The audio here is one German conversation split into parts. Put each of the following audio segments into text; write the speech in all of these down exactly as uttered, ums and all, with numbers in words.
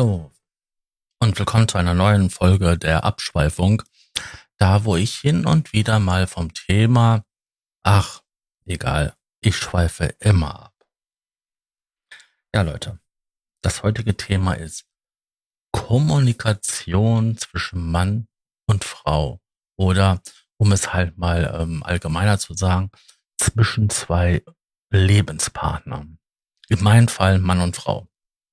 Hallo und willkommen zu einer neuen Folge der Abschweifung, da wo ich hin und wieder mal vom Thema, ach, egal, ich schweife immer ab. Ja Leute, das heutige Thema ist Kommunikation zwischen Mann und Frau oder, um es halt mal ähm, allgemeiner zu sagen, zwischen zwei Lebenspartnern. In meinem Fall Mann und Frau.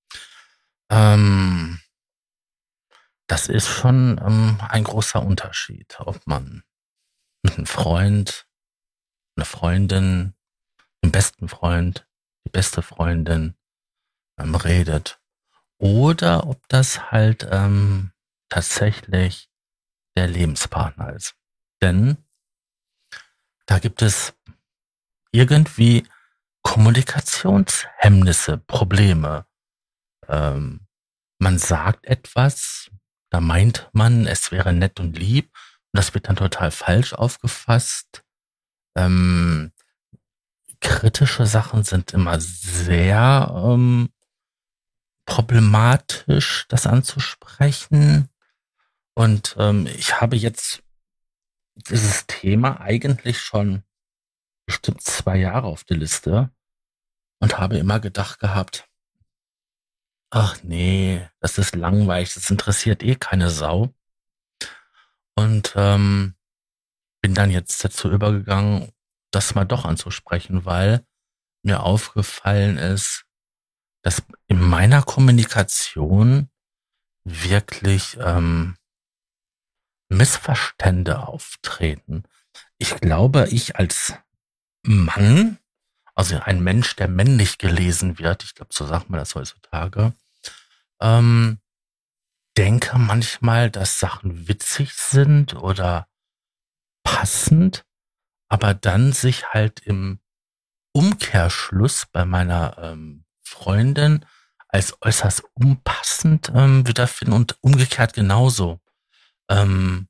Ähm, das ist schon ähm, ein großer Unterschied, ob man mit einem Freund, einer Freundin, dem besten Freund, die beste Freundin ähm, redet oder ob das halt ähm, tatsächlich der Lebenspartner ist. Denn da gibt es irgendwie Kommunikationshemmnisse, Probleme. Ähm, man sagt etwas, da meint man, es wäre nett und lieb und das wird dann total falsch aufgefasst. Ähm, kritische Sachen sind immer sehr ähm, problematisch, das anzusprechen. Und ähm, ich habe jetzt dieses Thema eigentlich schon bestimmt zwei Jahre auf der Liste und habe immer gedacht gehabt, ach nee, das ist langweilig, das interessiert eh keine Sau. Und ähm, bin dann jetzt dazu übergegangen, das mal doch anzusprechen, weil mir aufgefallen ist, dass in meiner Kommunikation wirklich ähm, Missverstände auftreten. Ich glaube, ich als Mann, also ein Mensch, der männlich gelesen wird, ich glaube, so sagt man das heutzutage, ähm, denke manchmal, dass Sachen witzig sind oder passend, aber dann sich halt im Umkehrschluss bei meiner ähm, Freundin als äußerst unpassend ähm, wiederfinden und umgekehrt genauso. Ähm,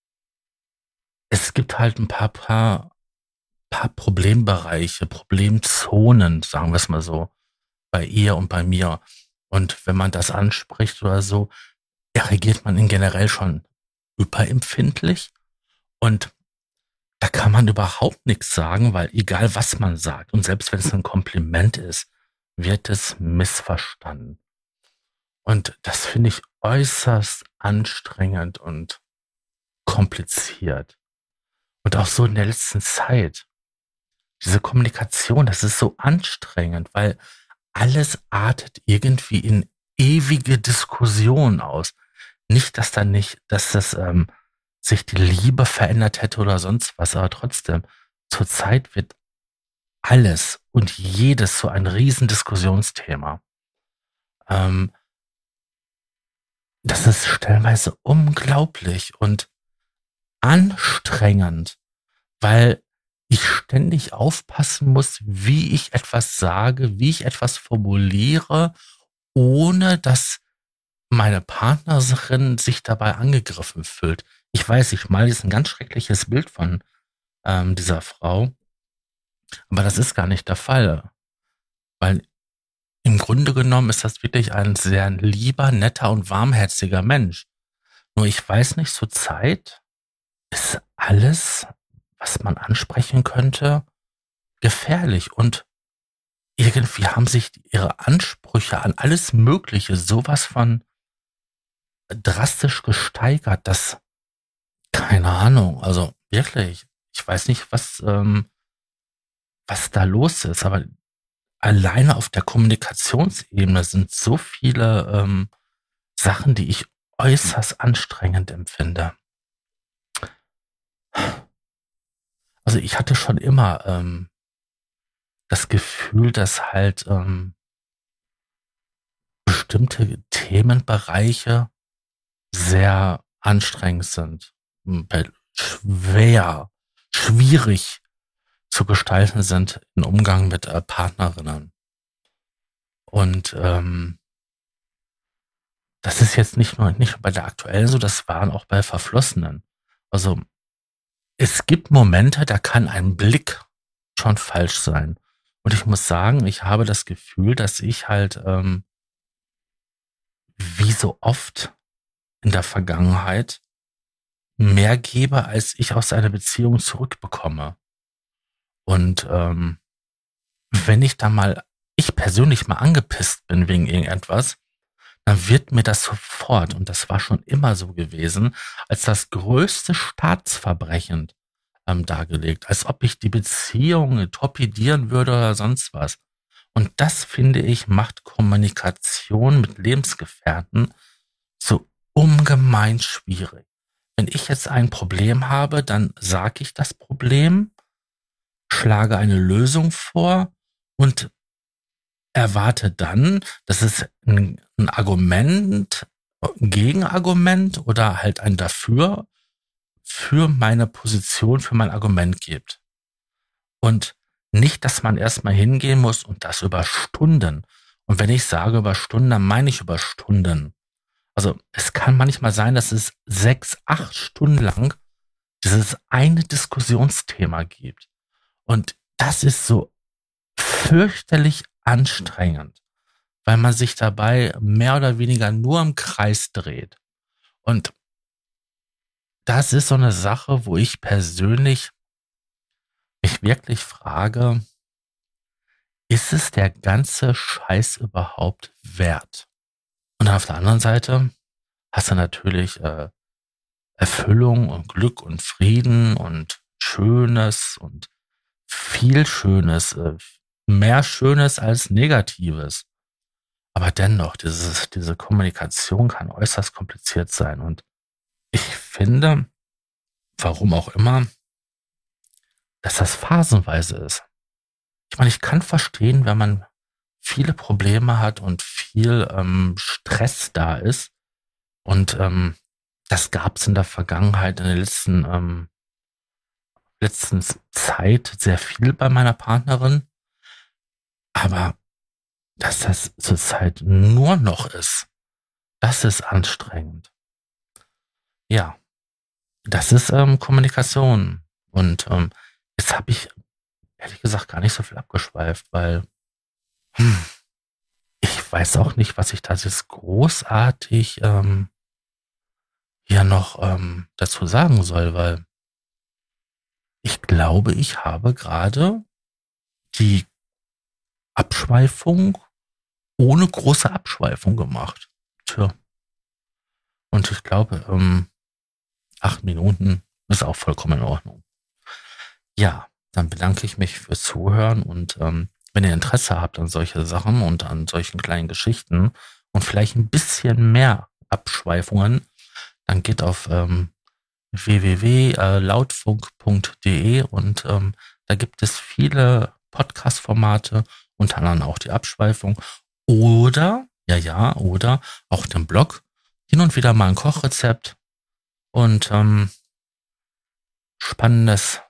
es gibt halt ein paar, paar, paar Problembereiche, Problemzonen, sagen wir es mal so, bei ihr und bei mir. Und wenn man das anspricht oder so, reagiert man in generell schon überempfindlich und da kann man überhaupt nichts sagen, weil egal was man sagt und selbst wenn es ein Kompliment ist, wird es missverstanden. Und das finde ich äußerst anstrengend und kompliziert. Und auch so in der letzten Zeit. Diese Kommunikation, das ist so anstrengend, weil alles artet irgendwie in ewige Diskussion aus. Nicht, dass da nicht, dass das ähm, sich die Liebe verändert hätte oder sonst was, aber trotzdem, zurzeit wird alles und jedes so ein Riesendiskussionsthema. Ähm, das ist stellenweise unglaublich und anstrengend, weil ich ständig aufpassen muss, wie ich etwas sage, wie ich etwas formuliere, ohne dass meine Partnerin sich dabei angegriffen fühlt. Ich weiß, ich male jetzt ein ganz schreckliches Bild von ähm, dieser Frau, aber das ist gar nicht der Fall, weil im Grunde genommen ist das wirklich ein sehr lieber, netter und warmherziger Mensch. Nur ich weiß nicht, zur Zeit ist alles, was man ansprechen könnte, gefährlich und irgendwie haben sich ihre Ansprüche an alles Mögliche sowas von drastisch gesteigert, dass, keine Ahnung, also wirklich, ich weiß nicht, was, ähm, was da los ist, aber alleine auf der Kommunikationsebene sind so viele ähm, Sachen, die ich äußerst anstrengend empfinde. Also ich hatte schon immer ähm, das Gefühl, dass halt ähm, bestimmte Themenbereiche sehr anstrengend sind, schwer, schwierig zu gestalten sind im Umgang mit äh, Partnerinnen. Und ähm, das ist jetzt nicht nur nicht bei der aktuellen so, das waren auch bei Verflossenen. Also es gibt Momente, da kann ein Blick schon falsch sein. Und ich muss sagen, ich habe das Gefühl, dass ich halt ähm, wie so oft in der Vergangenheit mehr gebe, als ich aus einer Beziehung zurückbekomme. Und ähm, wenn ich da mal, ich persönlich mal angepisst bin wegen irgendetwas, dann wird mir das sofort, und das war schon immer so gewesen, als das größte Staatsverbrechen ähm, dargelegt, als ob ich die Beziehung torpedieren würde oder sonst was. Und das, finde ich, macht Kommunikation mit Lebensgefährten so ungemein schwierig. Wenn ich jetzt ein Problem habe, dann sage ich das Problem, schlage eine Lösung vor und erwarte dann, dass es ein, ein Argument, ein Gegenargument oder halt ein Dafür für meine Position, für mein Argument gibt. Und nicht, dass man erstmal hingehen muss und das über Stunden. Und wenn ich sage über Stunden, dann meine ich über Stunden. Also es kann manchmal sein, dass es sechs, acht Stunden lang dieses eine Diskussionsthema gibt. Und das ist so fürchterlich anstrengend, weil man sich dabei mehr oder weniger nur im Kreis dreht. Und das ist so eine Sache, wo ich persönlich mich wirklich frage, ist es der ganze Scheiß überhaupt wert? Und auf der anderen Seite hast du natürlich äh, Erfüllung und Glück und Frieden und Schönes und viel Schönes, äh, mehr Schönes als Negatives. Aber dennoch, dieses, diese Kommunikation kann äußerst kompliziert sein. Und ich finde, warum auch immer, dass das phasenweise ist. Ich meine, ich kann verstehen, wenn man viele Probleme hat und viel ähm, Stress da ist. Und ähm, das gab es in der Vergangenheit, in der letzten, ähm, letzten Zeit sehr viel bei meiner Partnerin. Aber dass das zurzeit nur noch ist, das ist anstrengend. Ja, das ist ähm, Kommunikation. Und ähm, jetzt habe ich ehrlich gesagt gar nicht so viel abgeschweift, weil hm, ich weiß auch nicht, was ich da jetzt großartig ähm, hier noch ähm, dazu sagen soll, weil ich glaube, ich habe gerade die Abschweifung ohne große Abschweifung gemacht. Tja. Und ich glaube, ähm, acht Minuten ist auch vollkommen in Ordnung. Ja, dann bedanke ich mich fürs Zuhören und ähm, wenn ihr Interesse habt an solche Sachen und an solchen kleinen Geschichten und vielleicht ein bisschen mehr Abschweifungen, dann geht auf ähm, w w w punkt lautfunk punkt de und ähm, da gibt es viele Podcast-Formate, unter anderem auch die Abschweifung oder, ja, ja, oder auch den Blog, hin und wieder mal ein Kochrezept und ähm, spannendes,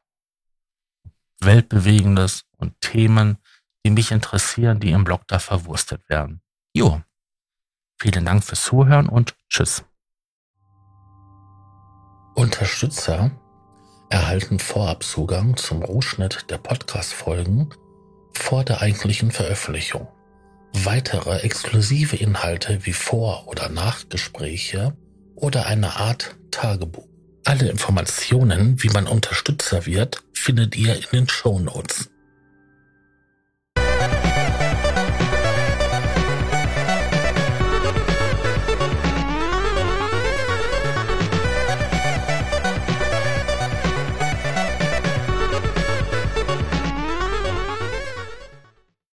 weltbewegendes und Themen, die mich interessieren, die im Blog da verwurstet werden. Jo, vielen Dank fürs Zuhören und tschüss. Unterstützer erhalten Vorabzugang zum Rohschnitt der Podcast-Folgen vor der eigentlichen Veröffentlichung. Weitere exklusive Inhalte wie Vor- oder Nachgespräche oder eine Art Tagebuch. Alle Informationen, wie man Unterstützer wird, findet ihr in den Shownotes.